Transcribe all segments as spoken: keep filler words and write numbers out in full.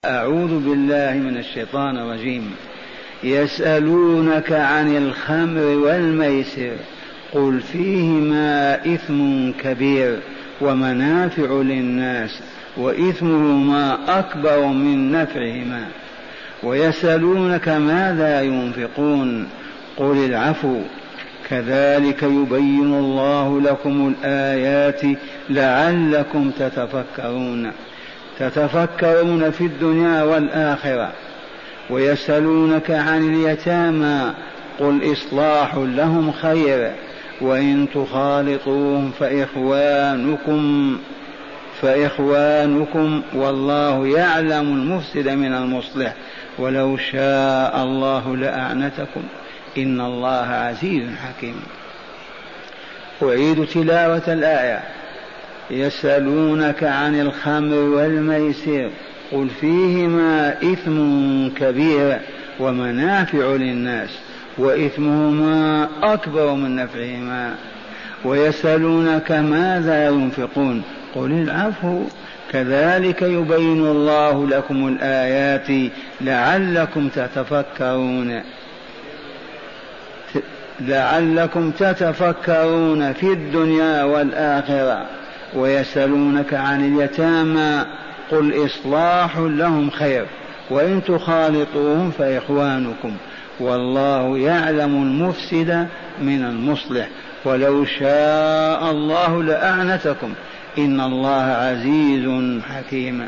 أعوذ بالله من الشيطان الرجيم. يسألونك عن الخمر والميسر قل فيهما إثم كبير ومنافع للناس وإثمهما أكبر من نفعهما ويسألونك ماذا ينفقون قل العفو كذلك يبين الله لكم الآيات لعلكم تتفكرون تتفكرون في الدنيا والآخرة. ويسألونك عن اليتامى قل إصلاح لهم خير وإن تخالطوهم فإخوانكم فإخوانكم والله يعلم المفسد من المصلح ولو شاء الله لأعنتكم إن الله عزيز حكيم. أعيد تلاوة الآية. يسألونك عن الخمر والميسر قل فيهما إثم كبير ومنافع للناس وإثمهما أكبر من نفعهما ويسألونك ماذا ينفقون قل العفو كذلك يبين الله لكم الآيات لعلكم تتفكرون لعلكم تتفكرون في الدنيا والآخرة. ويسألونك عن اليتامى قل إصلاح لهم خير وإن تخالطوهم فإخوانكم والله يعلم المفسد من المصلح ولو شاء الله لأعنتكم إن الله عزيز حكيم.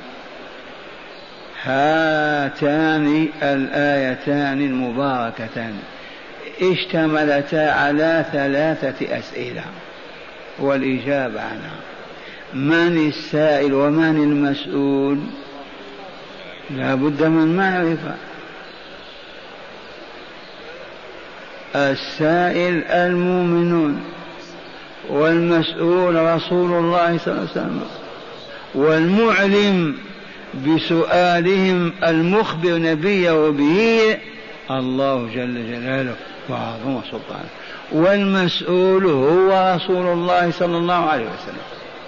هاتان الآيتان المباركتان اشتملتا على ثلاثة أسئلة والإجابة عنها. من السائل ومن المسؤول؟ لا بد من معرفة. السائل المؤمنون والمسؤول رسول الله صلى الله عليه وسلم والمعلم بسؤالهم المخبر نبيه به الله جل جلاله وعظم سلطانه والمسؤول هو رسول الله صلى الله عليه وسلم.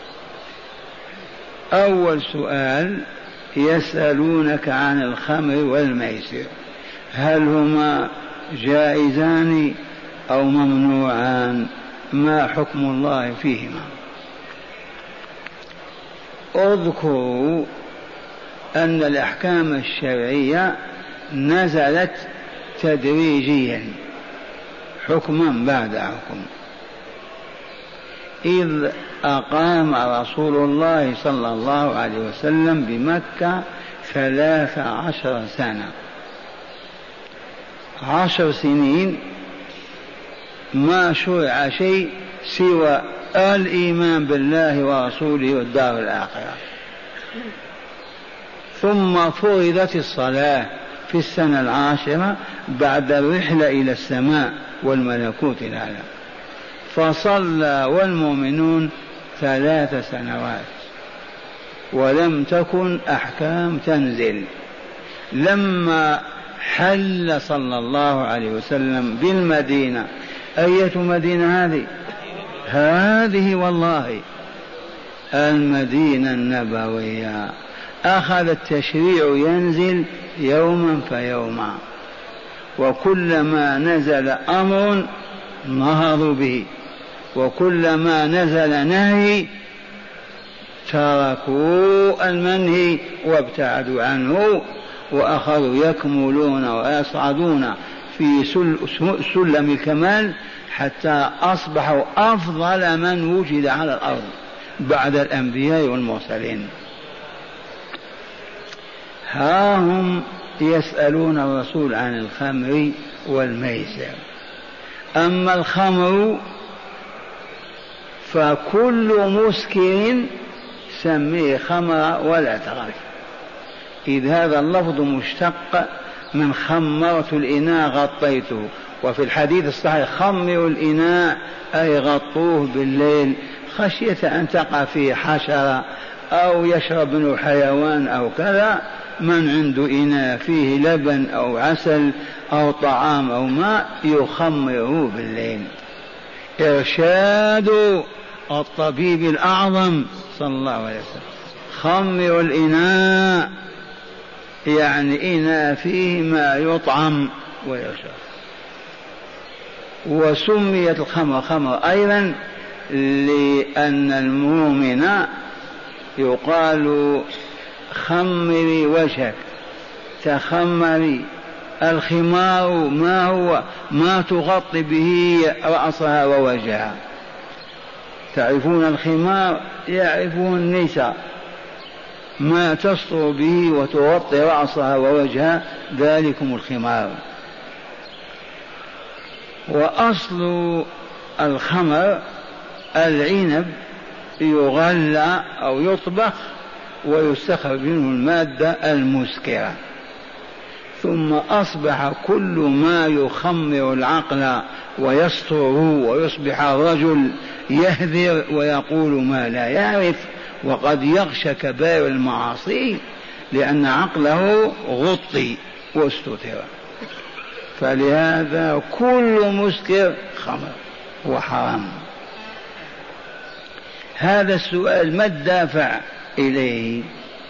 أول سؤال يسألونك عن الخمر والميسر هل هما جائزان أو ممنوعان؟ ما حكم الله فيهما؟ اذكروا أن الأحكام الشرعية نزلت تدريجيا حكما بعد حكم. إذ أقام رسول الله صلى الله عليه وسلم بمكة ثلاث عشر سنة عشر سنين ما شرع شيء سوى الإيمان بالله ورسوله والدار الآخرة. ثم فرضت الصلاة في السنة العاشرة بعد الرحلة إلى السماء والملكوت الأعلى فصلى والمؤمنون ثلاث سنوات ولم تكن أحكام تنزل. لما حل صلى الله عليه وسلم بالمدينة، أية مدينة هذه؟ هذه والله المدينة النبوية، أخذ التشريع ينزل يوما فيوما وكلما نزل أمر نهضوا به وكلما نزل نهي تركوا المنهي وابتعدوا عنه وأخذوا يكملون ويصعدون في سلم الكمال حتى أصبحوا أفضل من وجد على الأرض بعد الأنبياء والمرسلين. ها هم يسألون الرسول عن الخمر والميسر. أما الخمر فكل مسكر سميه خمر ولا تغف، إذ هذا اللفظ مشتق من خمرت الإناء غطيته، وفي الحديث الصحيح خمروا الإناء أي غطوه بالليل خشية أن تقع فيه حشرة أو يشرب منه حيوان أو كذا. من عنده إناء فيه لبن أو عسل أو طعام أو ماء يخمره بالليل. إرشاد الطبيب الأعظم صلى الله عليه وسلم. خمروا الإناء يعني إن فيه ما يطعم ويشرب. وسميت الخمر خمر أيضا لأن المؤمن يقال خمري وجهك، تخمري. الخمار ما هو؟ ما تغطي به رأسها ووجهها. تعرفون الخمار؟ يعرفون النساء، ما تستر به وتغطي رأسها ووجهها، ذلكم الخمار. وأصل الخمر العنب يغلى أو يطبخ ويستخرج منه المادة المسكرة، ثم أصبح كل ما يخمر العقل ويستره، ويصبح الرجل يهذر ويقول ما لا يعرف، وقد يغشى كبائر المعاصي لأن عقله غطي واستتر. فلهذا كل مسكر خمر وحرام. هذا السؤال ما الدافع إليه؟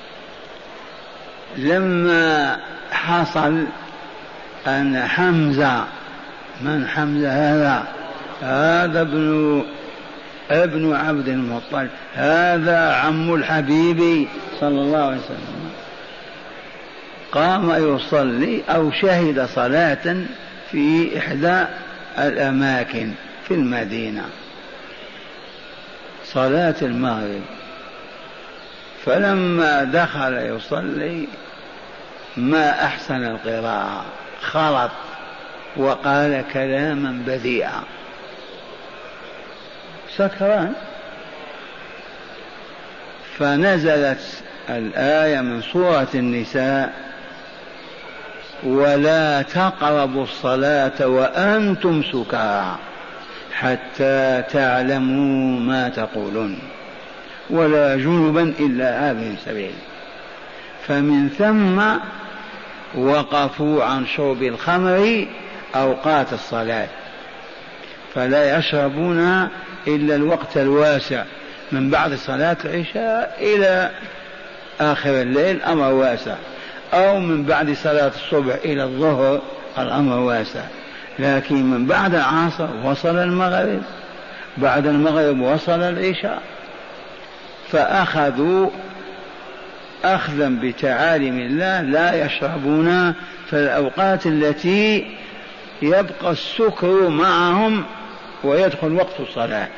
لما حصل أن حمزة، من حمزة هذا؟ هذا ابن ابن عبد المطلب، هذا عم الحبيب صلى الله عليه وسلم، قام يصلي أو شهد صلاة في إحدى الأماكن في المدينة، صلاة المغرب. فلما دخل يصلي ما أحسن القراءة، خلط وقال كلاما بذيئا، سكران. فنزلت الآية من سورة النساء: ولا تقربوا الصلاة وأنتم سكارى حتى تعلموا ما تقولون ولا جنبا إلا عابر سبيل. فمن ثم وقفوا عن شرب الخمر أوقات الصلاة، فلا يشربونها إلا الوقت الواسع من بعد صلاة العشاء إلى آخر الليل، أمر واسع، أو من بعد صلاة الصبح إلى الظهر، الأمر واسع. لكن من بعد العصر وصل المغرب، بعد المغرب وصل العشاء. فأخذوا أخذا بتعاليم الله لا يشربون في الأوقات التي يبقى السكر معهم ويدخل وقت الصلاة.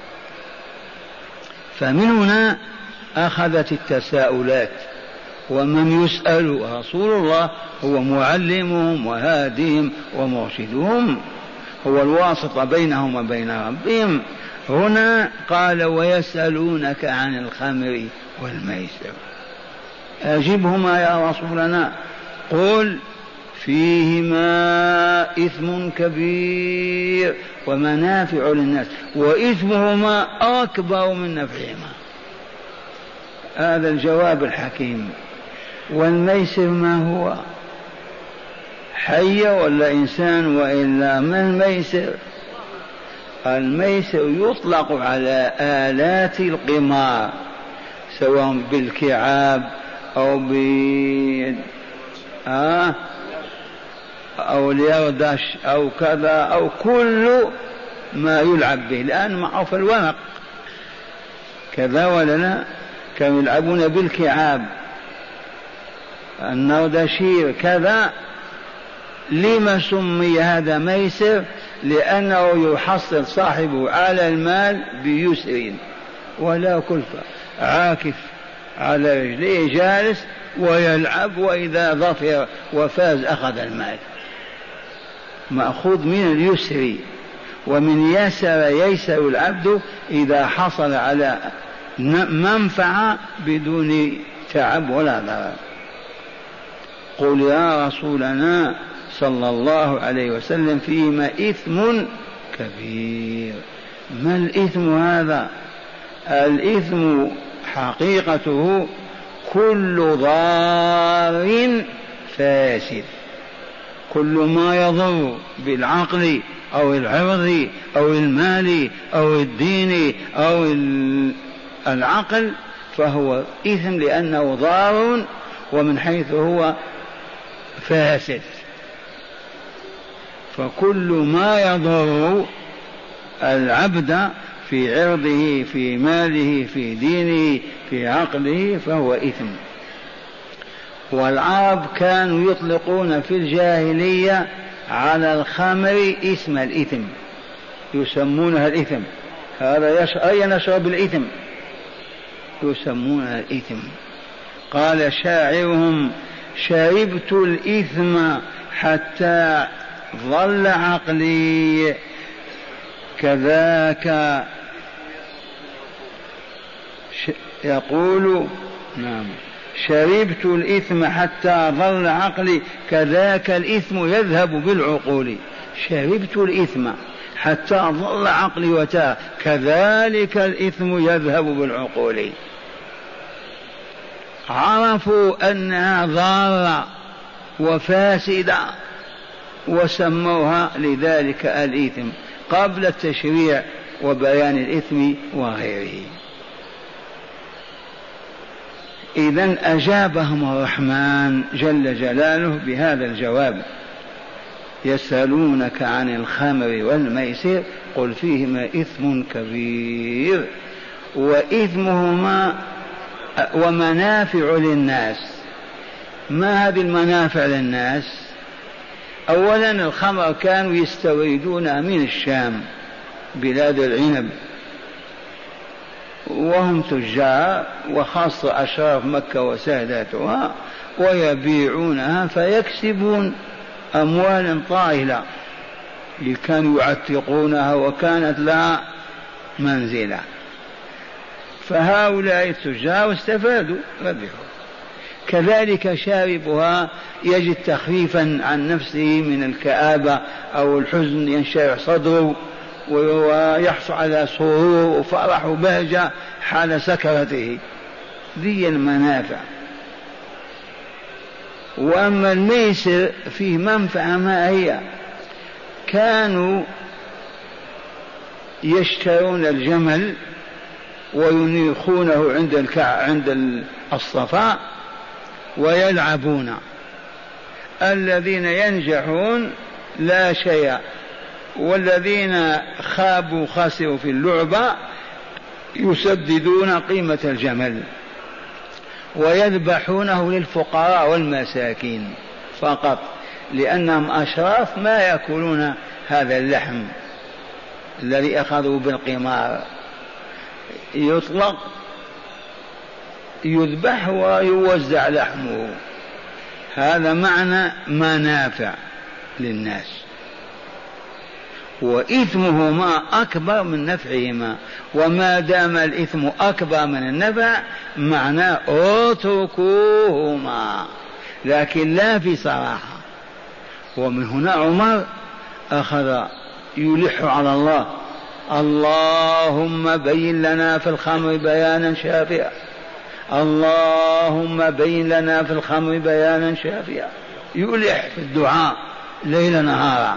فمن هنا أخذت التساؤلات، ومن يسأل رسول الله هو معلمهم وهاديهم ومرشدهم، هو الواسطة بينهم وبين ربهم. هنا قال: ويسألونك عن الخمر والميسر، أجبهما يا رسولنا. قل: فيهما إثم كبير ومنافع للناس وإثمهما أكبر من نفعهما. هذا الجواب الحكيم. والميسر ما هو؟ حي ولا إنسان؟ وإلا ما الميسر؟ الميسر يطلق على آلات القمار، سواء بالكعاب أو ب آه أو اليردش أو كذا، أو كل ما يلعب به. الآن معروف الورق كذا ولا لا؟ كانوا يلعبون بالكعاب، النردشير كذا. لما سمي هذا ميسر؟ لأنه يحصل صاحبه على المال بيسر ولا كلفة، عاكف على رجليه جالس ويلعب، وإذا ظفر وفاز أخذ المال، مأخوذ من اليسر. ومن يسر ييسر العبد إذا حصل على منفعة بدون تعب ولا ضرر. قل يا رسولنا صلى الله عليه وسلم: فيهما إثم كبير. ما الإثم هذا؟ الإثم حقيقته كل ضار فاسد، كل ما يضر بالعقل أو العرض أو المال أو الدين أو العقل فهو إثم، لأنه ضار ومن حيث هو فاسد. فكل ما يضر العبد في عرضه في ماله في دينه في عقله فهو إثم. والعرب كانوا يطلقون في الجاهلية على الخمر اسم الإثم، يسمونها الإثم. هذا أي نشرب الإثم يسمونها الإثم. قال شاعرهم شربت الإثم حتى ظل عقلي كذاك يقول نعم شربت الإثم حتى ظل عقلي كذاك الإثم يذهب بالعقول. شربت الإثم حتى ظل عقلي وتاه كذلك الإثم يذهب بالعقول. عرفوا أنها ضارة وفاسدة وسموها لذلك الإثم قبل التشريع وبيان الإثم وغيره. إذن أجابهم الرحمن جل جلاله بهذا الجواب: يسألونك عن الخمر والميسر قل فيهما إثم كبير وإثمهما ومنافع للناس. ما هذه المنافع للناس؟ أولا الخمر كانوا يستوردونها من الشام بلاد العنب، وهم تجار وخاصة أشراف مكة وساداتها، ويبيعونها فيكسبون أموالا طائلة. كانوا يعتقونها وكانت لها منزلة، فهؤلاء التجار استفادوا ربحوا. كذلك شاربها يجد تخفيفا عن نفسه من الكآبة أو الحزن، ينشرح صدره ويحصل على سرور وفرح وبهجة حال سكرته. ذي المنافع. وأما الميسر فيه منفعة ما هي؟ كانوا يشترون الجمل وينيخونه عند الكع عند الصفاء ويلعبون. الذين ينجحون لا شيء، والذين خابوا خسروا في اللعبة يسددون قيمة الجمل ويذبحونه للفقراء والمساكين فقط، لأنهم أشراف ما يأكلون هذا اللحم الذي أخذوا بالقمار. يطلق يذبح ويوزع لحمه. هذا معنى منافع للناس. وإثمهما أكبر من نفعهما، وما دام الإثم أكبر من النفع معناه اتركوهما، لكن لا في صراحة. ومن هنا عمر أخذ يلح على الله: اللهم بين لنا في الخمر بيانا شافيا، اللهم بين لنا في الخمر بيانا شافيا. يلح في الدعاء ليل نهارا،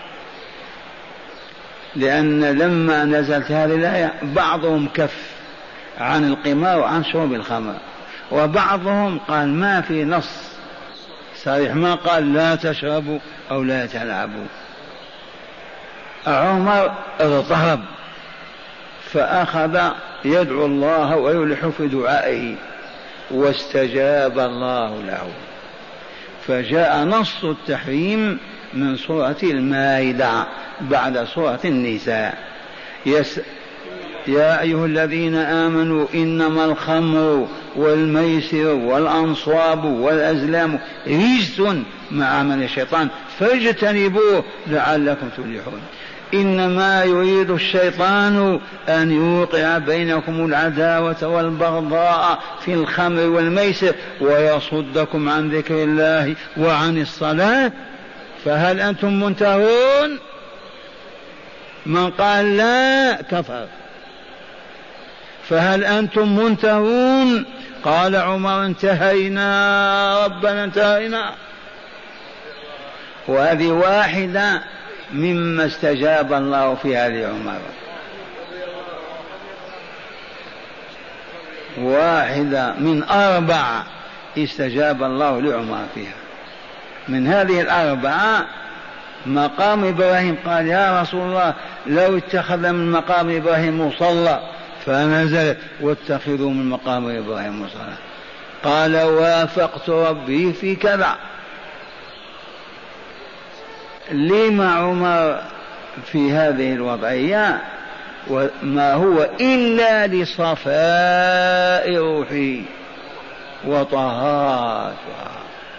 لأن لما نزلت هذه الآية بعضهم كف عن القمار وعن شرب الخمر، وبعضهم قال ما في نص صريح، ما قال لا تشربوا أو لا تلعبوا. عمر اضطرب فأخذ يدعو الله ويلح في دعائه واستجاب الله له، فجاء نص التحريم من سورة المائدة بعد سورة النساء: يس يا أيها الذين آمنوا إنما الخمر والميسر والأنصاب والأزلام رجس من عمل الشيطان فاجتنبوه لعلكم تفلحون. إنما يريد الشيطان أن يوقع بينكم العداوة والبغضاء في الخمر والميسر ويصدكم عن ذكر الله وعن الصلاة فهل أنتم منتهون؟ من قال لا كفر. فهل أنتم منتهون؟ قال عمر انتهينا ربنا انتهينا. وهذه واحدة مما استجاب الله فيها لعمر، واحدة من أربع استجاب الله لعمر فيها. من هذه الأربعة مقام إبراهيم، قال يا رسول الله لو اتخذ من مقام إبراهيم مصلى، فنزلت واتخذوا من مقام إبراهيم مصلى. قال وافقت ربي في كذا. لما عمر في هذه الوضعية؟ وما هو إلا لصفاء روحي وطهارتها.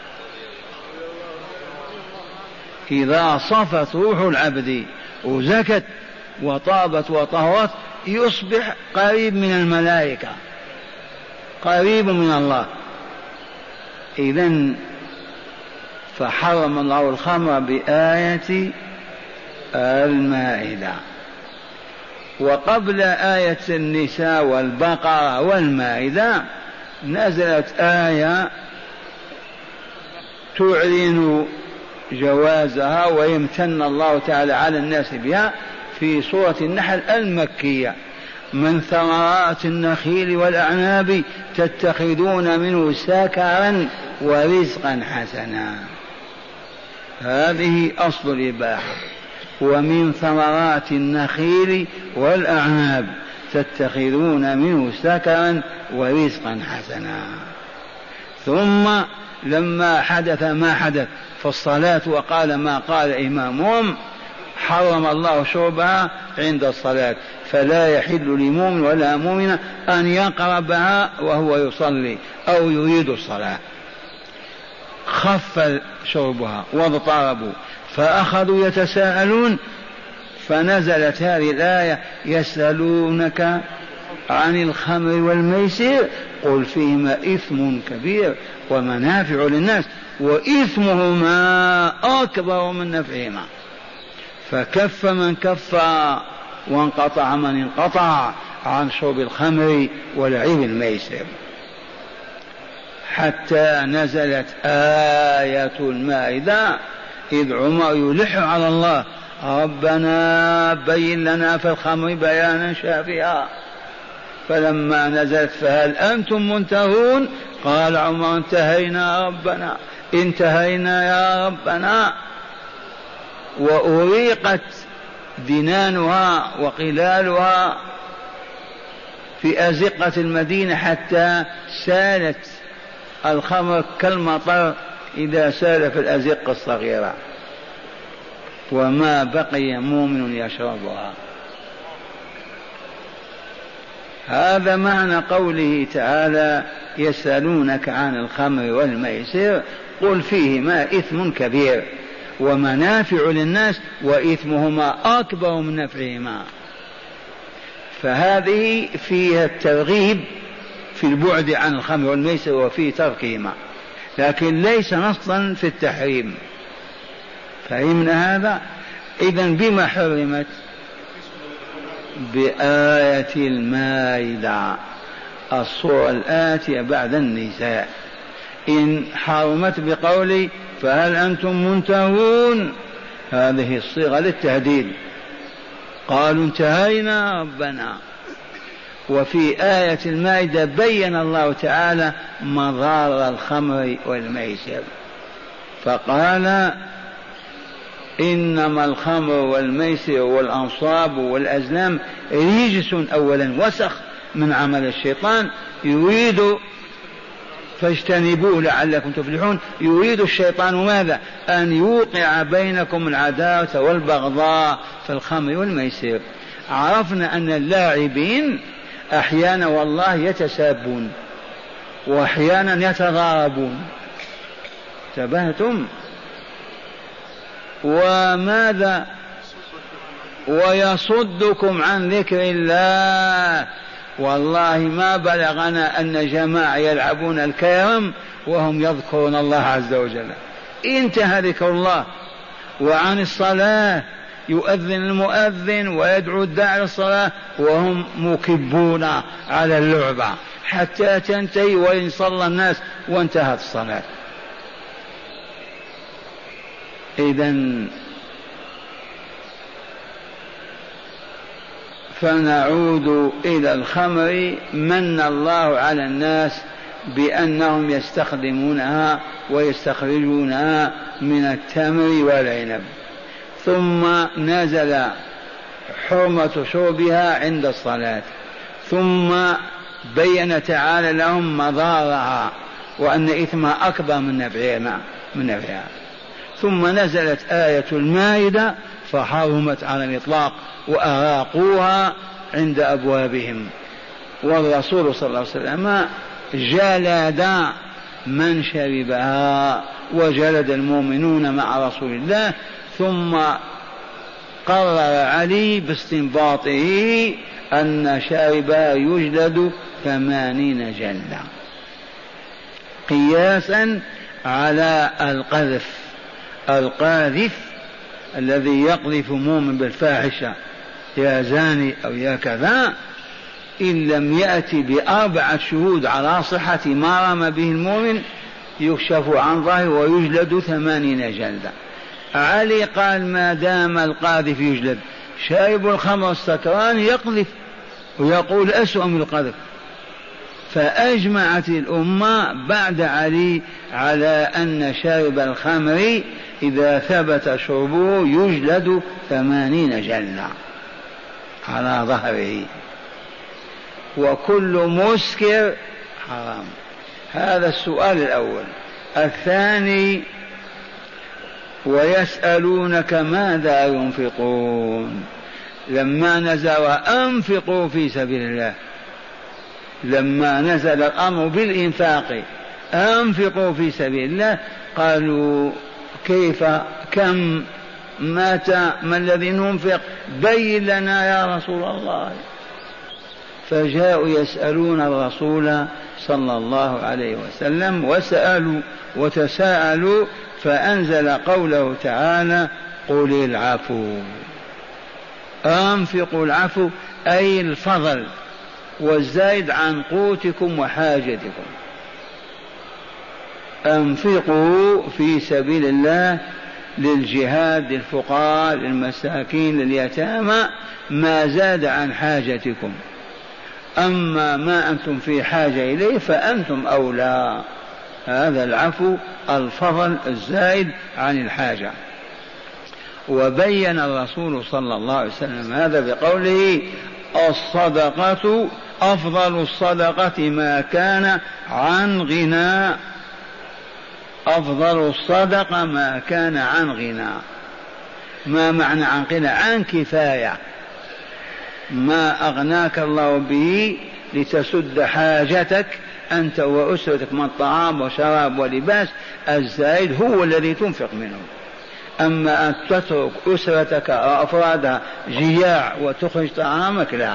إذا صفت روح العبد وزكت وطابت وطهرت يصبح قريب من الملائكة، قريب من الله. إذن فحرم الله الخمر بآية المائدة. وقبل آية النساء والبقرة والمائدة نزلت آية تعلن جوازها ويمتن الله تعالى على الناس بها في سورة النحل المكية: من ثمرات النخيل والأعناب تتخذون منه سكرا ورزقا حسنا. هذه أصل الإباحة. ومن ثمرات النخيل والأعناب تتخذون منه سكرا ورزقا حسنا. ثم لما حدث ما حدث في الصلاة وقال ما قال إمامهم حرم الله شربها عند الصلاة، فلا يحل لمؤمن ولا مؤمنة أن يقربها وهو يصلي أو يريد الصلاة. خف شربها واضطربوا فأخذوا يتساءلون، فنزلت هذه الآية: يسألونك عن الخمر والميسر قل فيهما إثم كبير ومنافع للناس وإثمهما أكبر من نفعهما. فكف من كف وانقطع من انقطع عن شرب الخمر ولعب الميسر، حتى نزلت آية المائدة إذ عمر يلح على الله: ربنا بين لنا في الخمر بيانا شافيا. فلما نزلت فهل أنتم منتهون؟ قال عمر: انتهينا ربنا، انتهينا يا ربنا. وأريقت دنانها وقلالها في أزقة المدينة حتى سالت الخمر كالمطر إذا سال في الأزقة الصغيرة، وما بقي مؤمن يشربها. هذا معنى قوله تعالى: يسألونك عن الخمر والميسر قل فيهما إثم كبير ومنافع للناس وإثمهما أكبر من نفعهما. فهذه فيها الترغيب في البعد عن الخمر والميسر وفي تركهما، لكن ليس نصا في التحريم. فهمنا هذا؟ إذن بما حرمت؟ بآية المائدة، الصورة الآتية بعد النساء. إن حرمت بقولي فهل أنتم منتهون، هذه الصيغة للتهديد، قالوا انتهينا ربنا. وفي آية المائدة بين الله تعالى مضار الخمر والميسر، فقال: إنما الخمر والميسر والأنصاب والأزلام رجس، أولا وسخ من عمل الشيطان، يريد فاجتنبوه لعلكم تفلحون. يريد الشيطان ماذا؟ أن يوقع بينكم العداوة والبغضاء في الخمر والميسر. عرفنا أن اللاعبين أحيانا والله يتسابون وأحيانا يتضاربون، انتبهتم؟ وماذا؟ ويصدكم عن ذكر الله. والله ما بلغنا أن جماعة يلعبون الكرم وهم يذكرون الله عز وجل، انتهى ذكر الله. وعن الصلاة يؤذن المؤذن ويدعو الداعي للصلاة وهم مكبون على اللعبة حتى تنتهي وإن صلى الناس وانتهت الصلاة. إذن فنعود إلى الخمر. من الله على الناس بأنهم يستخدمونها ويستخرجونها من التمر والعنب. ثم نزل حرمة شربها عند الصلاة، ثم بين تعالى لهم مضارها وأن إثمها أكبر من نفعها من نفعها. ثم نزلت آية المائدة فحرمت على الإطلاق وأراقوها عند أبوابهم. والرسول صلى الله عليه وسلم جلد من شربها وجلد المؤمنون مع رسول الله. ثم قرر علي باستنباطه أن شاربها يجلد ثمانين جلدة قياسا على القذف. القاذف الذي يقذف مؤمن بالفاحشة يا زاني أو يا كذا، إن لم يأتي بأربعة شهود على صحة ما رمى به المؤمن يكشف عن ظاهره ويجلد ثمانين جلدة. علي قال ما دام القاذف يجلد، شارب الخمر السكران يقذف ويقول أسوأ من القذف. فأجمعت الأمة بعد علي على أن شارب الخمر إذا ثبت شربه يجلد ثمانين جلدة على ظهره، وكل مسكر حرام. هذا السؤال الأول. الثاني ويسألونك ماذا ينفقون. لما نزل أنفقوا في سبيل الله، لما نزل الأمر بالإنفاق أنفقوا في سبيل الله، قالوا كيف كم متى ما الذي ننفق بين لنا يا رسول الله. فجاءوا يسألون الرسول صلى الله عليه وسلم وسألوا وتساءلوا، فأنزل قوله تعالى قل العفو. أنفقوا العفو أي الفضل والزايد عن قوتكم وحاجتكم. أنفقوا في سبيل الله للجهاد، للفقراء، للمساكين، لليتامى ما زاد عن حاجتكم. أما ما أنتم في حاجة إليه فأنتم أولى. هذا العفو الفضل الزائد عن الحاجة. وبين الرسول صلى الله عليه وسلم هذا بقوله الصدقة أفضل الصدقة ما كان عن غنى. أفضل الصدقة ما كان عن غنى. ما معنى عن غنى؟ عن كفاية، ما أغناك الله به لتسد حاجتك أنت وأسرتك من طعام وشراب ولباس، الزائد هو الذي تنفق منه. أما أن تترك أسرتك وأفرادها جياع وتخرج طعامك لا،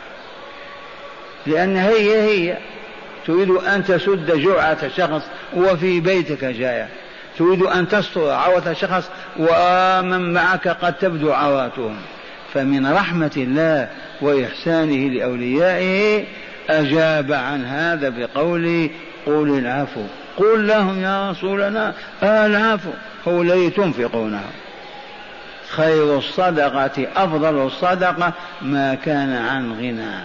لأن هي هي تريد أن تسد جوعة شخص وفي بيتك جائع، تريد أن تستر عورة شخص ومن معك قد تبدو عوراتهم. فمن رحمة الله وإحسانه لأوليائه أجاب عن هذا بقوله قل العفو. قل لهم يا رسولنا العفو هو الذي تنفقونه. خير الصدقة أفضل الصدقة ما كان عن غنى.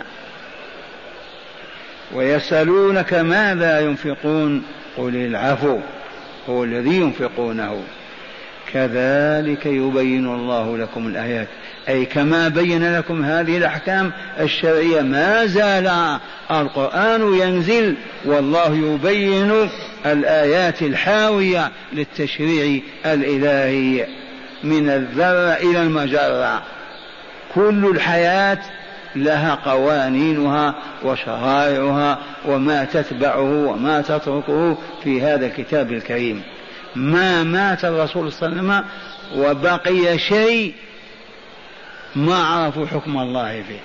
ويسألونك ماذا ينفقون قل العفو هو الذي ينفقونه. كذلك يبين الله لكم الآيات، أي كما بين لكم هذه الأحكام الشرعية ما زال القرآن ينزل والله يبين الآيات الحاوية للتشريع الإلهي من الذرة إلى المجرة. كل الحياة لها قوانينها وشرائعها وما تتبعه وما تتركه في هذا الكتاب الكريم. ما مات الرسول صلى الله عليه وسلم وبقي شيء ما عرفوا حكم الله فيه.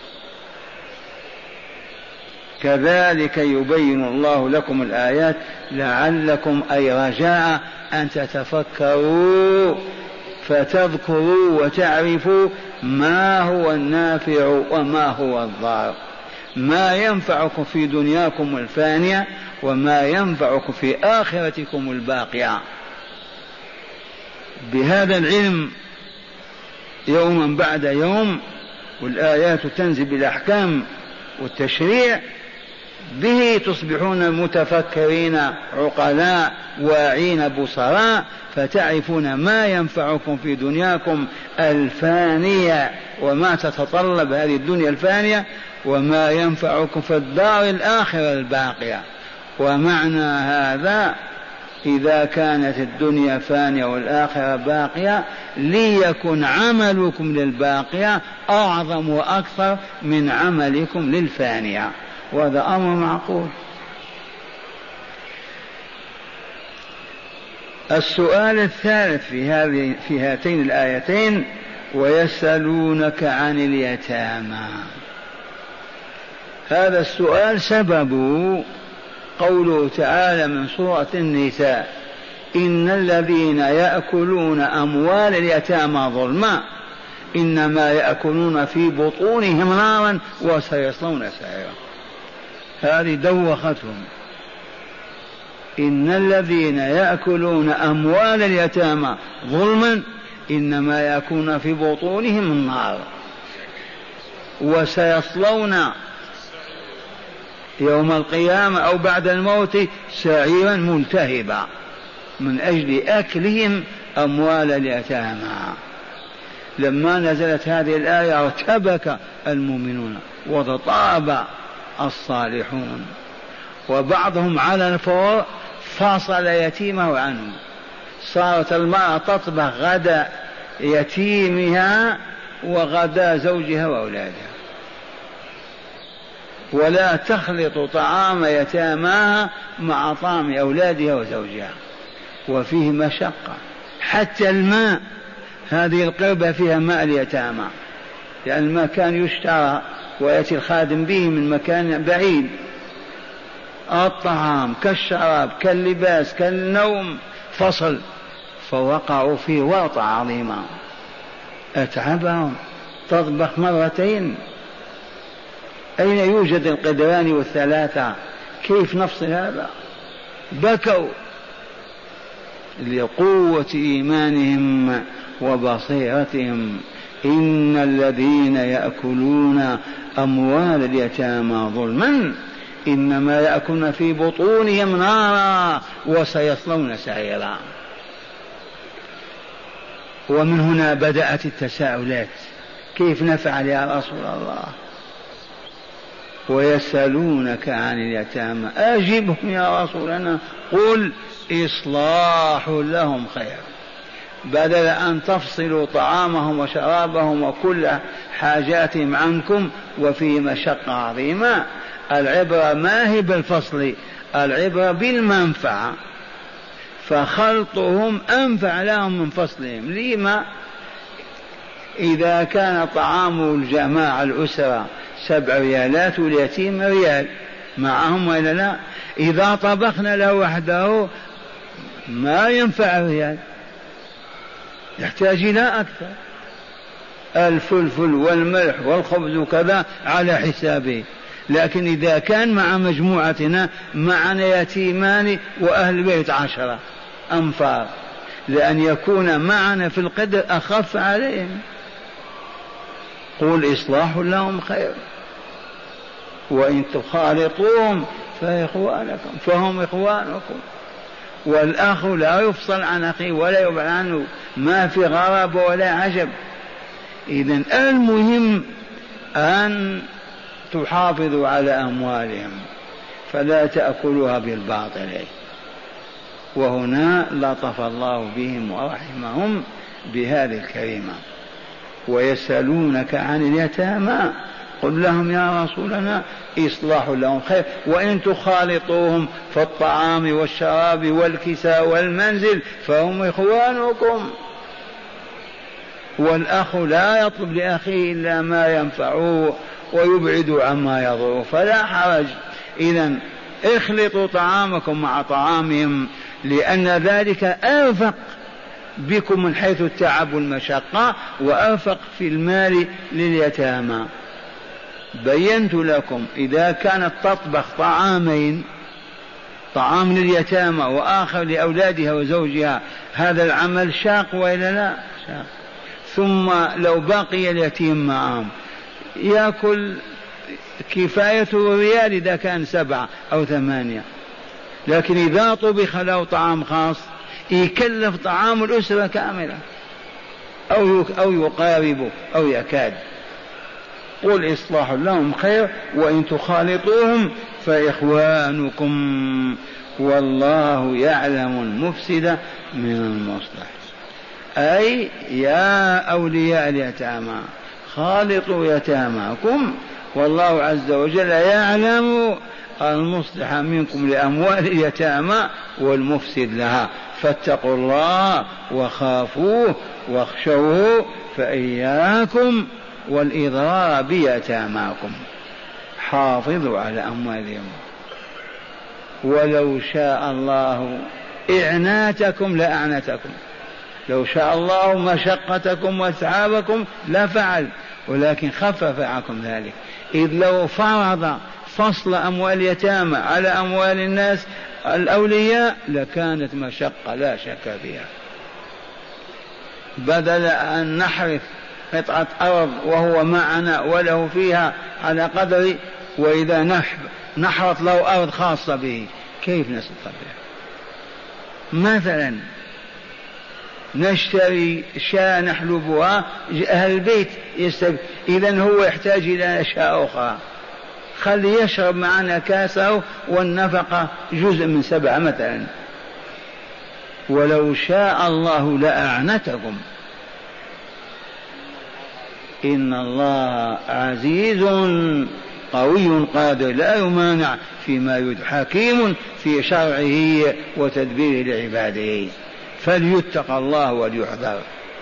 كذلك يبين الله لكم الآيات لعلكم أي رجاء أن تتفكروا فتذكروا وتعرفوا ما هو النافع وما هو الضار، ما ينفعكم في دنياكم الفانية وما ينفعكم في آخرتكم الباقية. بهذا العلم يوما بعد يوم والآيات تنزل بالأحكام والتشريع به تصبحون متفكرين عقلاء واعين بصراء، فتعرفون ما ينفعكم في دنياكم الفانية وما تتطلب هذه الدنيا الفانية، وما ينفعكم في الدار الآخرة الباقية. ومعنى هذا إذا كانت الدنيا فانية والآخرة باقية ليكن عملكم للباقية أعظم وأكثر من عملكم للفانية، وهذا أمر معقول. السؤال الثالث في هذه في هاتين الآيتين: ويسألونك عن اليتامى. هذا السؤال سببه قوله تعالى من سورة النساء: إن الذين يأكلون أموال اليتامى ظلما إنما يأكلون في بطونهم نارا وسيصلون سعيرا. هذه دوختهم. إن الذين يأكلون أموال اليتامى ظلما إنما يأكلون في بطونهم النار وسيصلون يوم القيامة أو بعد الموت سعيرا ملتهبا من أجل أكلهم أموال اليتامى. لما نزلت هذه الآية ارتبك المؤمنون وتطاب الصالحون، وبعضهم على الفور فاصل يتيمه عنه. صارت المرأة تطبخ غدا يتيمها وغدا زوجها وأولادها، ولا تخلط طعام يتاماها مع طعام أولادها وزوجها، وفيه مشقة. حتى الماء، هذه القربة فيها ماء اليتامى، لأن الماء كان يشترى ويأتي الخادم به من مكان بعيد. الطعام كالشراب كاللباس كالنوم فصل، فوقعوا في ورطة عظيمة أتعبهم. تطبخ مرتين، أين يوجد القدران والثلاثة؟ كيف نفصل هذا؟ بكوا لقوة إيمانهم وبصيرتهم. إن الذين يأكلون أموال اليتامى ظلما إنما يأكلون في بطونهم نارا وسيصلون سعيرا. ومن هنا بدأت التساؤلات: كيف نفعل يا رسول الله؟ ويسألونك عن اليتامى أجبهم يا رسولنا قل إصلاح لهم خير. بدل أن تفصلوا طعامهم وشرابهم وكل حاجاتهم عنكم وفي مشقة عظيمة، العبرة ما هي بالفصل، العبرة بالمنفعة، فخلطهم أنفع لهم من فصلهم. لما؟ إذا كان طعام الجماعة الأسرة سبع ريالات واليتيم ريال معهم وإلا لا، إذا طبخنا له وحده ما ينفع ريال، يحتاج إلى أكثر. الفلفل والملح والخبز وكذا على حسابه. لكن إذا كان مع مجموعتنا معنا يتيمان وأهل بيت عشرة أنفار، لأن يكون معنا في القدر أخف عليهم. قل إصلاح لهم خير وإن تخالطوهم فإخوانكم فهم إخوانكم. والأخ لا يفصل عن أخيه ولا يبعد عنه، ما في غراب ولا عجب. إذن المهم أن تحافظوا على أموالهم فلا تأكلوها بالباطل. وهنا لطف الله بهم ورحمهم بهذه الكلمة: ويسألونك عن اليتامى قل لهم يا رسولنا إصلاح لهم خير وإن تخالطوهم في الطعام والشراب والكساء والمنزل فهم إخوانكم. والأخ لا يطلب لأخيه إلا ما ينفعه ويبعد عما يضره، فلا حرج. إذن اخلطوا طعامكم مع طعامهم، لأن ذلك أرفق بكم من حيث التعب والمشقة وأرفق في المال لليتامى. بينت لكم إذا كانت تطبخ طعامين، طعام لليتامى وآخر لأولادها وزوجها، هذا العمل شاق وإلا لا شاق. ثم لو بقي اليتيم معهم يأكل كفايته ريال إذا كان سبعة أو ثمانية، لكن إذا طبخ له طعام خاص يكلف طعام الأسرة كاملة أو أو يقارب أو يكاد. قل إصلاح لهم خير وإن تخالطوهم فإخوانكم والله يعلم المفسد من المصلح. أي يا أولياء اليتامى خالطوا يتاماكم والله عز وجل يعلم المصلح منكم لأموال اليتامى والمفسد لها، فاتقوا الله وخافوه واخشوه فإياكم والإضرار بيتاماكم. حافظوا على أموالهم، ولو شاء الله إعناتكم لأعنتكم، لو شاء الله مشقتكم وتعابكم لفعل، ولكن خفف عنكم ذلك. إذ لو فرض فصل أموال اليتامى على أموال الناس الأولياء لكانت مشقة لا شك فيها. بدل أن نحرث قطعة أرض وهو معنا وله فيها على قدر، وإذا نحرث له أرض خاصة به كيف نستطيع؟ مثلا نشتري شاة نحلبها أهل البيت يستب... إذن هو يحتاج إلى أشياء أخرى، خلي يشرب معنا كاسه والنفقة جزء من سبعة مثلا. ولو شاء الله لأعنتكم إن الله عزيز قوي قادر لا يمانع فيما يد، حكيم في شرعه وتدبيره لعباده، فليتق الله وليحذر.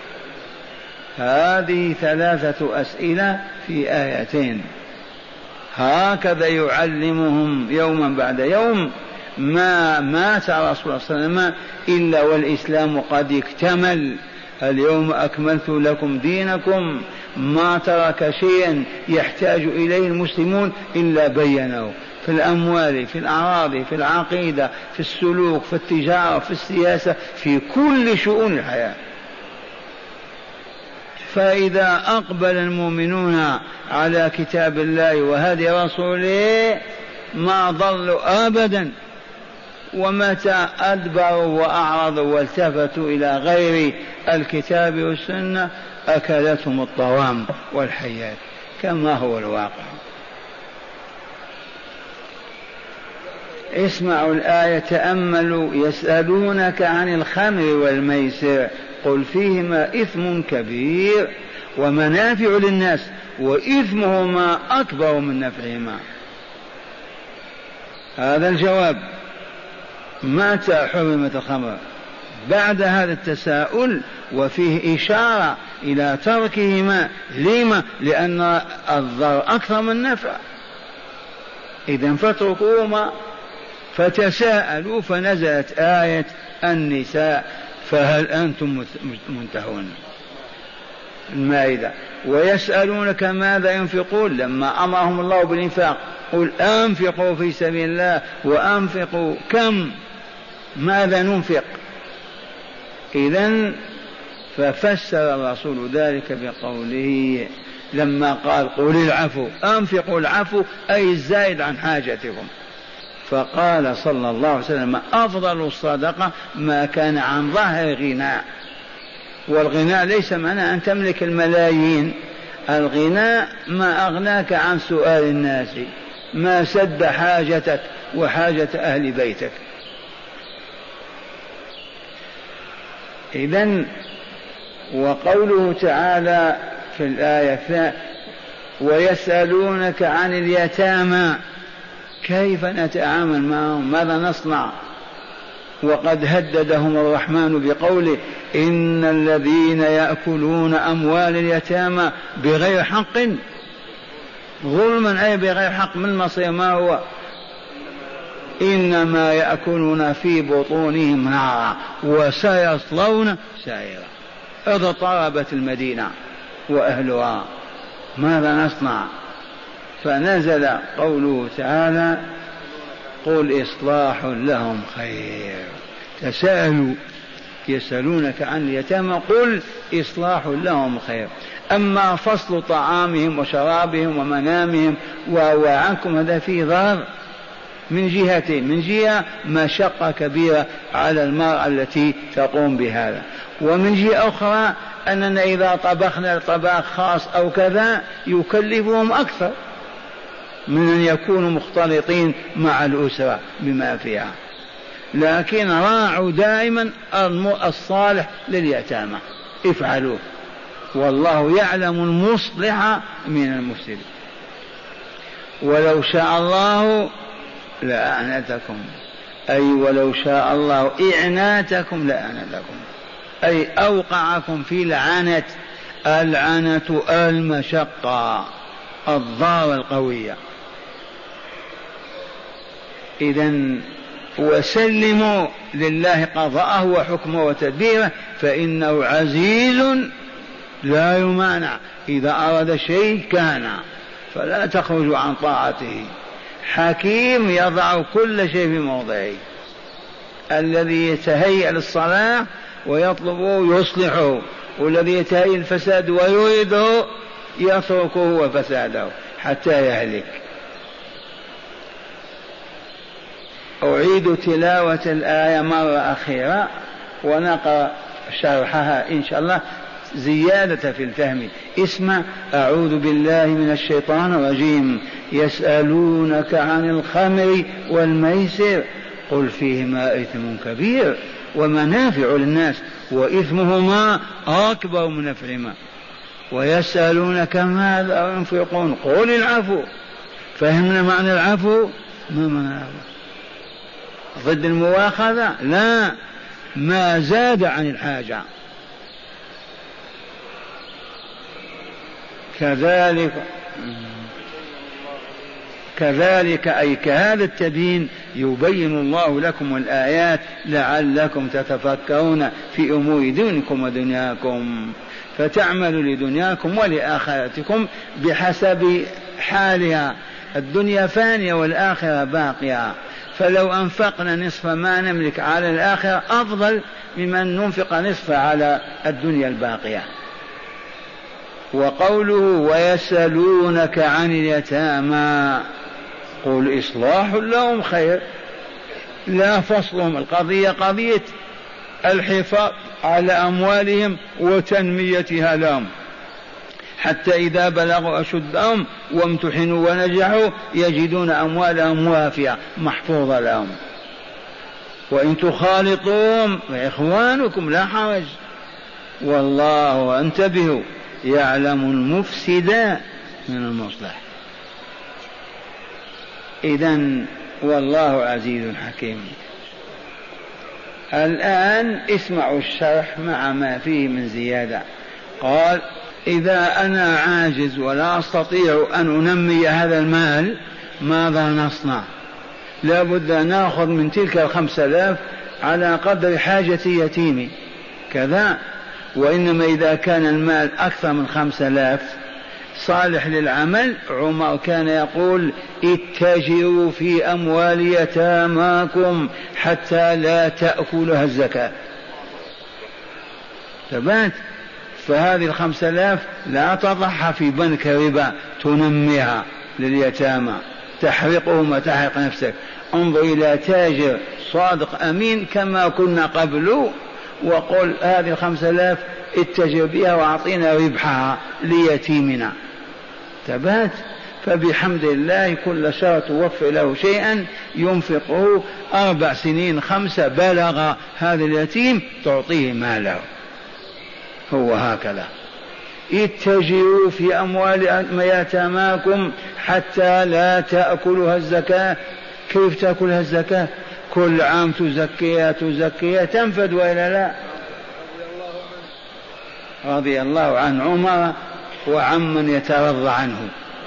هذه ثلاثة أسئلة في آيتين، هكذا يعلمهم يوما بعد يوم. ما مات رسول الله صلى الله عليه وسلم إلا والإسلام قد اكتمل، اليوم أكملت لكم دينكم، ما ترك شيئا يحتاج إليه المسلمون إلا بينه، في الأموال، في الأعراض، في العقيدة، في السلوك، في التجارة، في السياسة، في كل شؤون الحياة. فإذا أقبل المؤمنون على كتاب الله وهدي رسوله ما ضلوا أبدا، ومتى أدبروا وأعرضوا والتفتوا إلى غير الكتاب والسنة أكلتهم الطوام والحيات كما هو الواقع. اسمعوا الآية، تأملوا. يسألونك عن الخمر والميسر قل فيهما إثم كبير ومنافع للناس وإثمهما أكبر من نفعهما. هذا الجواب. متى حرمت الخمر؟ بعد هذا التساؤل وفيه إشارة إلى تركهما. لما؟ لأن الضر أكثر من النفع، إذن فاتركوهما. فتساءلوا فنزلت آية النساء فهل أنتم منتهون؟ المائدة. ويسألونك ماذا ينفقون لما أمرهم الله بالإنفاق قل أنفقوا في سبيل الله وأنفقوا كم، ماذا ننفق؟ إذن ففسر الرسول ذلك بقوله لما قال قل العفو، أنفقوا العفو أي الزائد عن حاجتكم. فقال صلى الله عليه وسلم أفضل الصدقة ما كان عن ظهر غناء. والغناء ليس معناه أن تملك الملايين، الغناء ما أغناك عن سؤال الناس، ما سد حاجتك وحاجة أهل بيتك. إذن وقوله تعالى في الآية ويسألونك عن اليتامى كيف نتعامل معهم، ماذا نصنع؟ وقد هددهم الرحمن بقوله إن الذين يأكلون أموال اليتامى بغير حق ظلما أي بغير حق، من المصير ما هو؟ إنما يأكلون في بطونهم نارا وسيصلون سعيرا. إذا اضطربت المدينة وأهلها ماذا نصنع؟ فنزل قوله تعالى قل إصلاح لهم خير. تساءلوا يسألونك عن اليتامى قل إصلاح لهم خير. أما فصل طعامهم وشرابهم ومنامهم وهو عنكم هذا فيه ضرر من جهتين، من جهة مشقة كبيرة على المرأة التي تقوم بهذا، ومن جهة أخرى أننا إذا طبخنا طباخ خاص أو كذا يكلفهم أكثر من أن يكونوا مختلطين مع الأسرة بما فيها. لكن راعوا دائما الصالح لليتامى، افعلوه والله يعلم المصلح من المفسد. ولو شاء الله لأعنتكم، أي ولو شاء الله إعناتكم لأعنتكم، أي أوقعكم في العنت. العنة المشقة الضارة القوية. إذن وسلموا لله قضاءه وحكمه وتدبيره فإنه عزيز لا يمانع، إذا أراد شيء كان، فلا تخرجوا عن طاعته. حكيم يضع كل شيء في موضعه. الذي يتهيأ للصلاة ويطلبه يصلحه، والذي يتهيأ الفساد ويريده يتركه وفساده حتى يهلك. أعيد تلاوة الآية مرة أخيرة ونقرأ شرحها إن شاء الله زيادة في الفهم. اسمع: أعوذ بالله من الشيطان الرجيم. يسألونك عن الخمر والميسر قل فيهما إثم كبير ومنافع للناس وإثمهما أكبر من نفعهما ويسألونك ماذا ينفقون قل العفو. فهمنا معنى العفو؟ ما معنى العفو؟ ضد المواخذة؟ لا، ما زاد عن الحاجة. كذلك كذلك أي كهذا التبيين يبين الله لكم الآيات لعلكم تتفكرون في أمور دينكم ودنياكم، فتعملوا لدنياكم ولآخرتكم بحسب حالها. الدنيا فانية والآخرة باقية، فلو أنفقنا نصف ما نملك على الآخرة أفضل ممن ننفق نصف على الدنيا الباقية. وقوله ويسألونك عن اليتامى قل إصلاح لهم خير، لا فصلهم. القضية قضية الحفاظ على أموالهم وتنميتها لهم حتى إذا بلغوا أشدهم وامتحنوا ونجحوا يجدون أموالهم وافية محفوظة لهم. وإن تخالطوهم فإخوانكم لا حرج، والله انتبهوا يعلم المفسد من المصلح. إذن والله عزيز حكيم. الآن اسمعوا الشرح مع ما فيه من زيادة. قال: إذا أنا عاجز ولا أستطيع أن أنمي هذا المال ماذا نصنع؟ لا بد أن نأخذ من تلك الخمس آلاف على قدر حاجة يتيمي كذا. وإنما إذا كان المال أكثر من خمس آلاف صالح للعمل، عمر كان يقول: اتجروا في أموال يتاماكم حتى لا تأكلها الزكاة. ثبات. فهذه الخمس آلاف لا تضعها في بنك ربا تنميها لليتامى، تحرقهم وتحرق نفسك. انظر إلى تاجر صادق أمين كما كنا قبل، وقل هذه الخمس آلاف اتجر بها وأعطينا ربحها ليتيمنا. ثبات. فبحمد الله كل شهر توفر له شيئا ينفقه أربع سنين خمسة بلغ هذا اليتيم تعطيه ماله. هو هكذا. اتجروا في أموال يتاماكم حتى لا تأكلها الزكاة. كيف تأكلها الزكاة؟ كل عام تزكيها تزكيها تنفد وإلا لا؟ رضي الله عن عمر وعمن يترضى عنه.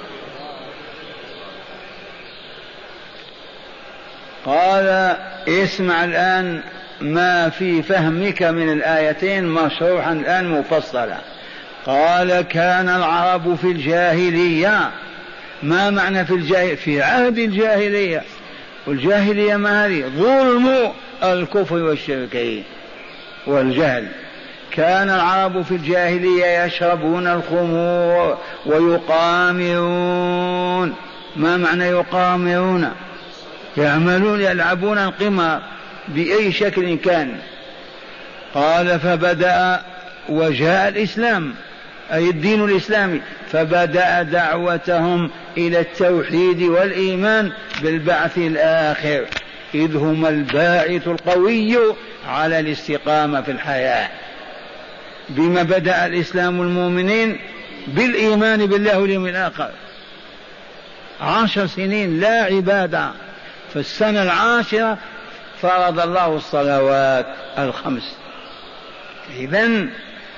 قال: اسمع الآن ما في فهمك من الآيتين مشروحا الآن مفصلا. قال: كان العرب في الجاهلية. ما معنى في الجاهلية؟ في عهد الجاهلية. والجاهلية ما هذه؟ ظلم الكفر والشرك والجهل. كان العرب في الجاهلية يشربون الخمور ويقامرون ما معنى يقامرون؟ يعملون يلعبون القمار بأي شكل كان. قال فبدأ وجاء الإسلام أي الدين الإسلامي، فبدأ دعوتهم إلى التوحيد والإيمان بالبعث الآخر، إذ هم الباعث القوي على الاستقامة في الحياة. بما بدأ الإسلام المؤمنين؟ بالإيمان بالله واليوم الآخر. عشر سنين لا عبادة، في السنة العاشرة فرض الله الصلوات الخمس. إذن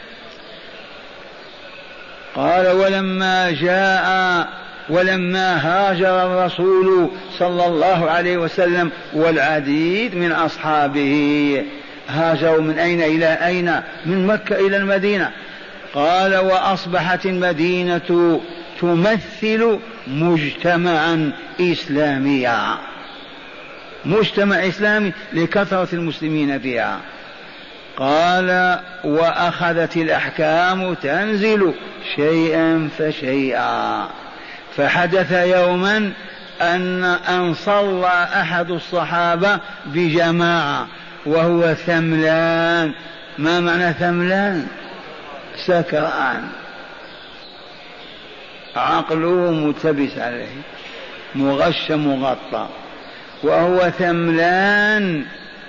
قال ولما جاء ولما هاجر الرسول صلى الله عليه وسلم والعديد من أصحابه، هاجروا من أين إلى أين؟ من مكة إلى المدينة. قال وأصبحت المدينة تمثل مجتمعا إسلاميا، مجتمع إسلامي لكثرة المسلمين فيها. قال وأخذت الأحكام تنزل شيئا فشيئا. فحدث يوما أن أن صلى أحد الصحابة بجماعة وهو ثملان. ما معنى ثملان؟ سكران، عقله ملتبس عليه، مغش مغطى، وهو ثملان.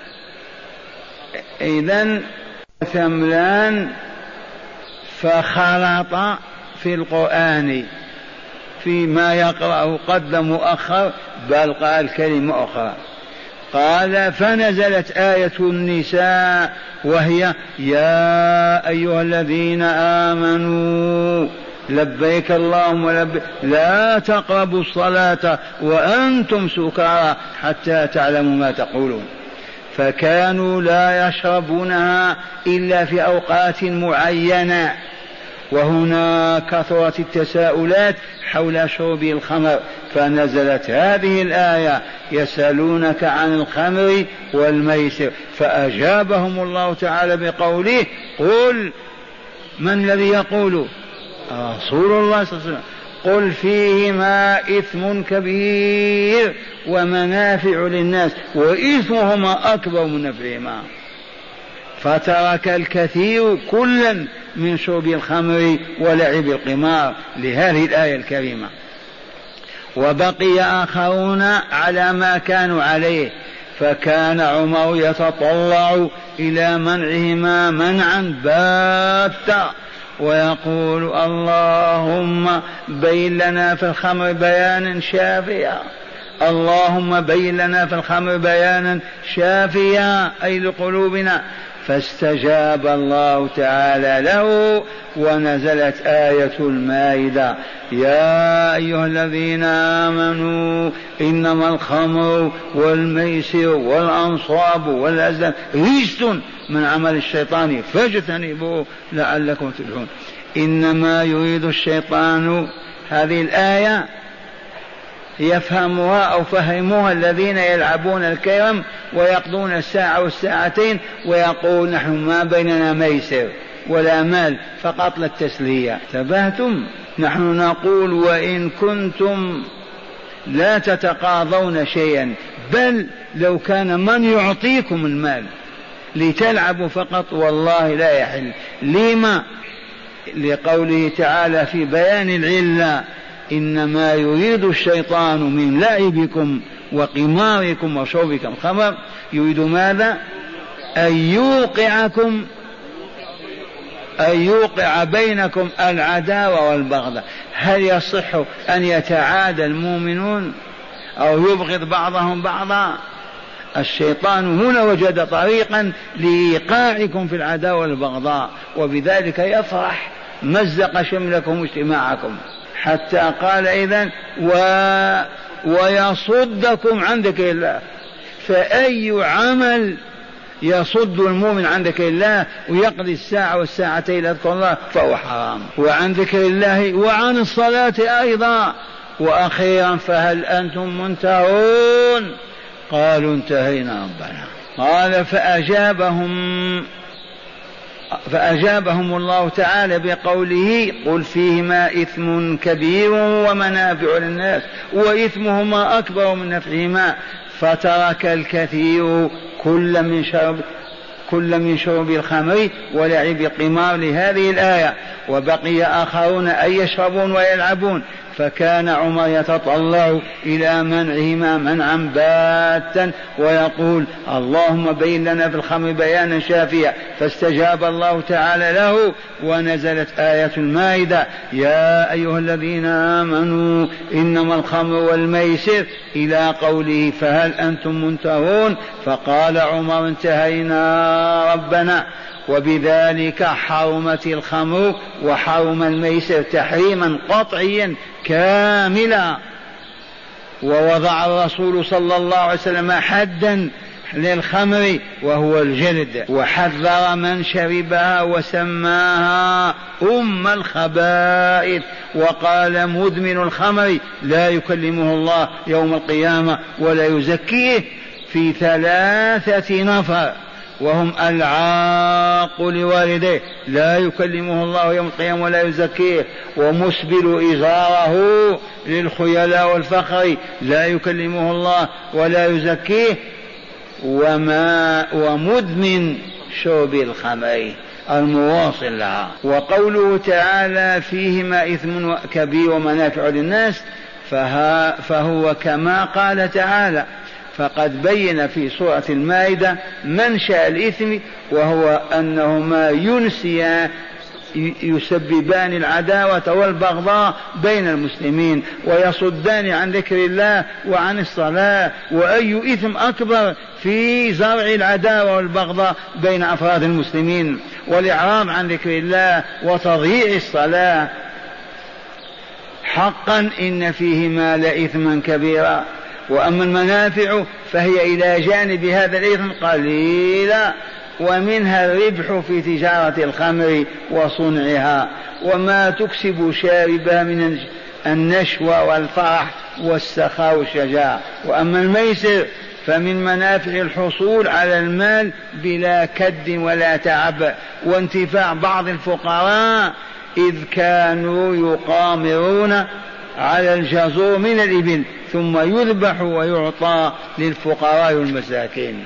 إذن ثملان فخلط في القرآن فيما يقرأه قدم مؤخر، بل قال كلمة أخرى. قال فنزلت آية النساء وهي يا أيها الذين آمنوا لبيك اللهم لبيك لا تقربوا الصلاة وأنتم سكارى حتى تعلموا ما تقولون. فكانوا لا يشربونها إلا في أوقات معينة. وهنا كثرت التساؤلات حول شرب الخمر، فنزلت هذه الآية يسألونك عن الخمر والميسر، فأجابهم الله تعالى بقوله قل. من الذي يقول؟ رسول الله صلى الله عليه وسلم. قل فيهما إثم كبير ومنافع للناس وإثمهما أكبر من نفعهما. فترك الكثير كلا من شرب الخمر ولعب القمار لهذه الآية الكريمة، وبقي آخرون على ما كانوا عليه. فكان عمر يتطلع إلى منعهما منعا باتا ويقول اللهم بين لنا في الخمر بيانا شافيا، اللهم بين لنا في الخمر بيانا شافيا أي لقلوبنا. فاستجاب الله تعالى له ونزلت آية المائدة يا أيها الذين آمنوا إنما الخمر والميسر والأنصاب والأزلام رجس من عمل الشيطان فاجتنبوه لعلكم تفلحون. إنما يريد الشيطان، هذه الآية يفهمها أو فهموها الذين يلعبون الكرم ويقضون الساعة والساعتين ويقول نحن ما بيننا ميسر ولا مال فقط للتسلية. تبهتم. نحن نقول وإن كنتم لا تتقاضون شيئا، بل لو كان من يعطيكم المال لتلعبوا فقط والله لا يحل. لما؟ لقوله تعالى في بيان العلة إنما يريد الشيطان من لعبكم وقماركم وشربكم الخمر يريد ماذا؟ أن يوقعكم أن يوقع بينكم العداوة والبغضاء. هل يصح أن يتعادى المؤمنون أو يبغض بعضهم بعضا؟ الشيطان هنا وجد طريقا لإيقاعكم في العداوة والبغضاء، وبذلك يفرح مزق شملكم واجتماعكم، حتى قال إذن و... ويصدكم عن ذكر الله. فأي عمل يصد المؤمن عن ذكر الله ويقضي الساعة والساعتين يذكر الله فهو حرام، وعن ذكر الله وعن الصلاة أيضا. وأخيرا فهل أنتم منتهون؟ قالوا انتهينا ربنا. قال فأجابهم فأجابهم الله تعالى بقوله قل فيهما إثم كبير ومنافع للناس وإثمهما أكبر من نفعهما فترك الكثير كل من شرب كل من شرب الخمر ولعب القمار لهذه الآية، وبقي آخرون أن يشربون ويلعبون، فكان عمر يتطلع إلى منعهما منعا باتا ويقول اللهم بين لنا في الخمر بيانا شافيا، فاستجاب الله تعالى له ونزلت آية المائدة يا أيها الذين آمنوا إنما الخمر والميسر إلى قوله فهل أنتم منتهون؟ فقال عمر انتهينا ربنا، وبذلك حرمت الخمر وحرم الميسر تحريما قطعيا كاملا. ووضع الرسول صلى الله عليه وسلم حدا للخمر وهو الجلد، وحذر من شربها وسماها أم الخبائث، وقال مدمن الخمر لا يكلمه الله يوم القيامة ولا يزكيه في ثلاثة نفر، وهم العاق لوالديه لا يكلمه الله يوم القيامة ولا يزكيه، ومسبل إزاره للخيلاء والفخر لا يكلمه الله ولا يزكيه، وما ومدمن شرب الخمر المواصل لها. وقوله تعالى فيهما إثم كبير ومنافع للناس فهو كما قال تعالى، فقد بين في سورة المائدة منشأ الإثم، وهو أنهما ينسيان يسببان العداوة والبغضاء بين المسلمين ويصدان عن ذكر الله وعن الصلاة، وأي إثم أكبر في زرع العداوة والبغضاء بين أفراد المسلمين والإعراض عن ذكر الله وتضييع الصلاة. حقا إن فيهما لإثما كبيرا، وأما المنافع فهي إلى جانب هذا الإثم قليلا، ومنها الربح في تجارة الخمر وصنعها وما تكسب شاربها من النشوة والفرح والسخاء والشجاعة. وأما الميسر فمن منافع الحصول على المال بلا كد ولا تعب، وانتفاع بعض الفقراء إذ كانوا يقامرون على الجزور من الإبل ثم يذبح ويعطى للفقراء والمساكين.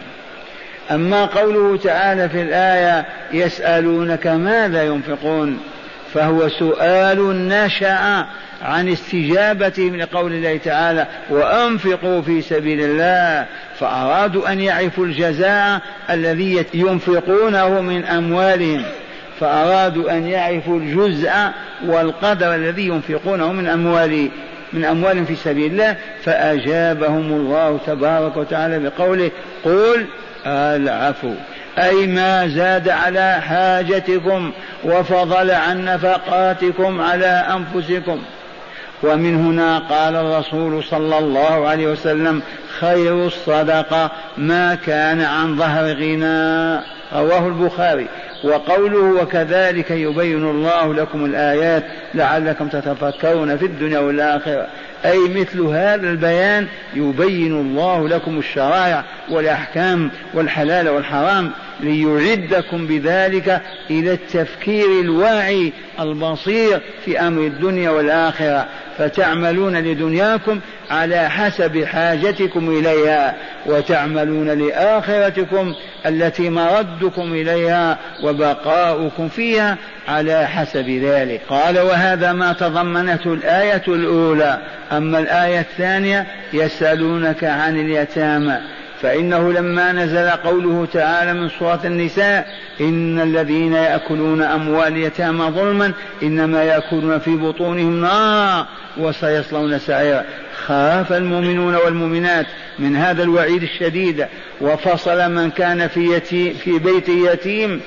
أما قوله تعالى في الآية يسألونك ماذا ينفقون، فهو سؤال نشأ عن استجابتهم لقول الله تعالى وأنفقوا في سبيل الله، فأرادوا أن يعرفوا الجزاء الذي ينفقونه من أموالهم، فأرادوا أن يعرفوا الجزء والقدر الذي ينفقونه من أموالهم من أموال في سبيل الله، فأجابهم الله تبارك وتعالى بقوله قل العفو، أي ما زاد على حاجتكم وفضل عن نفقاتكم على أنفسكم. ومن هنا قال الرسول صلى الله عليه وسلم خير الصدقة ما كان عن ظهر غنى، رواه البخاري. وقوله وكذلك يبين الله لكم الآيات لعلكم تتفكرون في الدنيا والآخرة، أي مثل هذا البيان يبين الله لكم الشرائع والأحكام والحلال والحرام ليعدكم بذلك إلى التفكير الواعي البصير في أمر الدنيا والآخرة، فتعملون لدنياكم على حسب حاجتكم إليها، وتعملون لآخرتكم التي مردكم إليها وبقاؤكم فيها على حسب ذلك. قال وهذا ما تضمنته الآية الأولى. أما الآية الثانية يسألونك عن اليتامى، فإنه لما نزل قوله تعالى من سورة النساء إن الذين يأكلون أموال اليتامى ظلما إنما يأكلون في بطونهم نارا وسيصلون سعيرا، خاف المؤمنون والمؤمنات من هذا الوعيد الشديد، وفصل من كان في, يتيم في بيت يتيم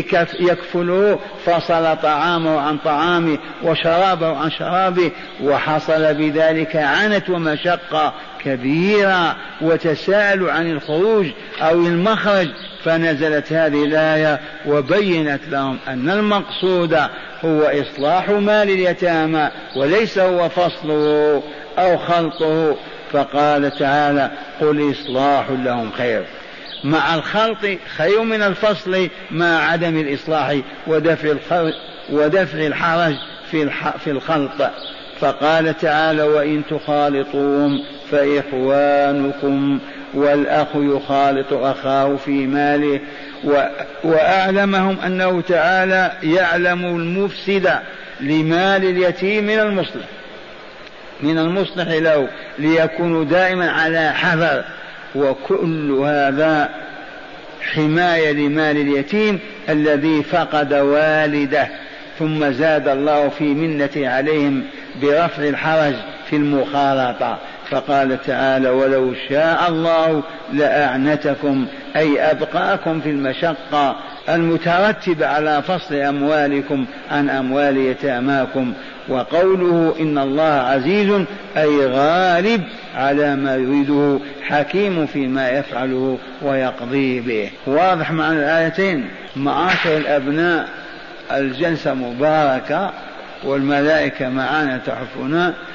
يكفله، فصل طعامه عن طعامه وشرابه عن شرابه، وحصل بذلك عنت ومشقة كبيرة وتساءل عن الخروج أو المخرج، فنزلت هذه الآية وبينت لهم أن المقصود هو إصلاح مال اليتامى وليس هو فصله أو خلطه، فقال تعالى قل إصلاح لهم خير. مع الخلط خير من الفصل مع عدم الإصلاح ودفع ودفع الحرج في الخلط. فقال تعالى وإن تخالطوهم فإخوانكم، والأخ يخالط أخاه في ماله. وأعلمهم أنه تعالى يعلم المفسد لمال اليتيم من المصلح من المصلح له، ليكونوا دائما على حذر. وكل هذا حماية لمال اليتيم الذي فقد والده، ثم زاد الله في منته عليهم برفع الحرج في المخالطة. فقال تعالى ولو شاء الله لأعنتكم، أي أبقاكم في المشقة المترتبة على فصل أموالكم عن أموال يتاماكم. وقوله إن الله عزيز أي غالب على ما يريده، حكيم فيما يفعله ويقضي به. واضح معنى الآيتين. معاشر الأبناء، الجلسة مباركة والملائكة معنا تحفنا.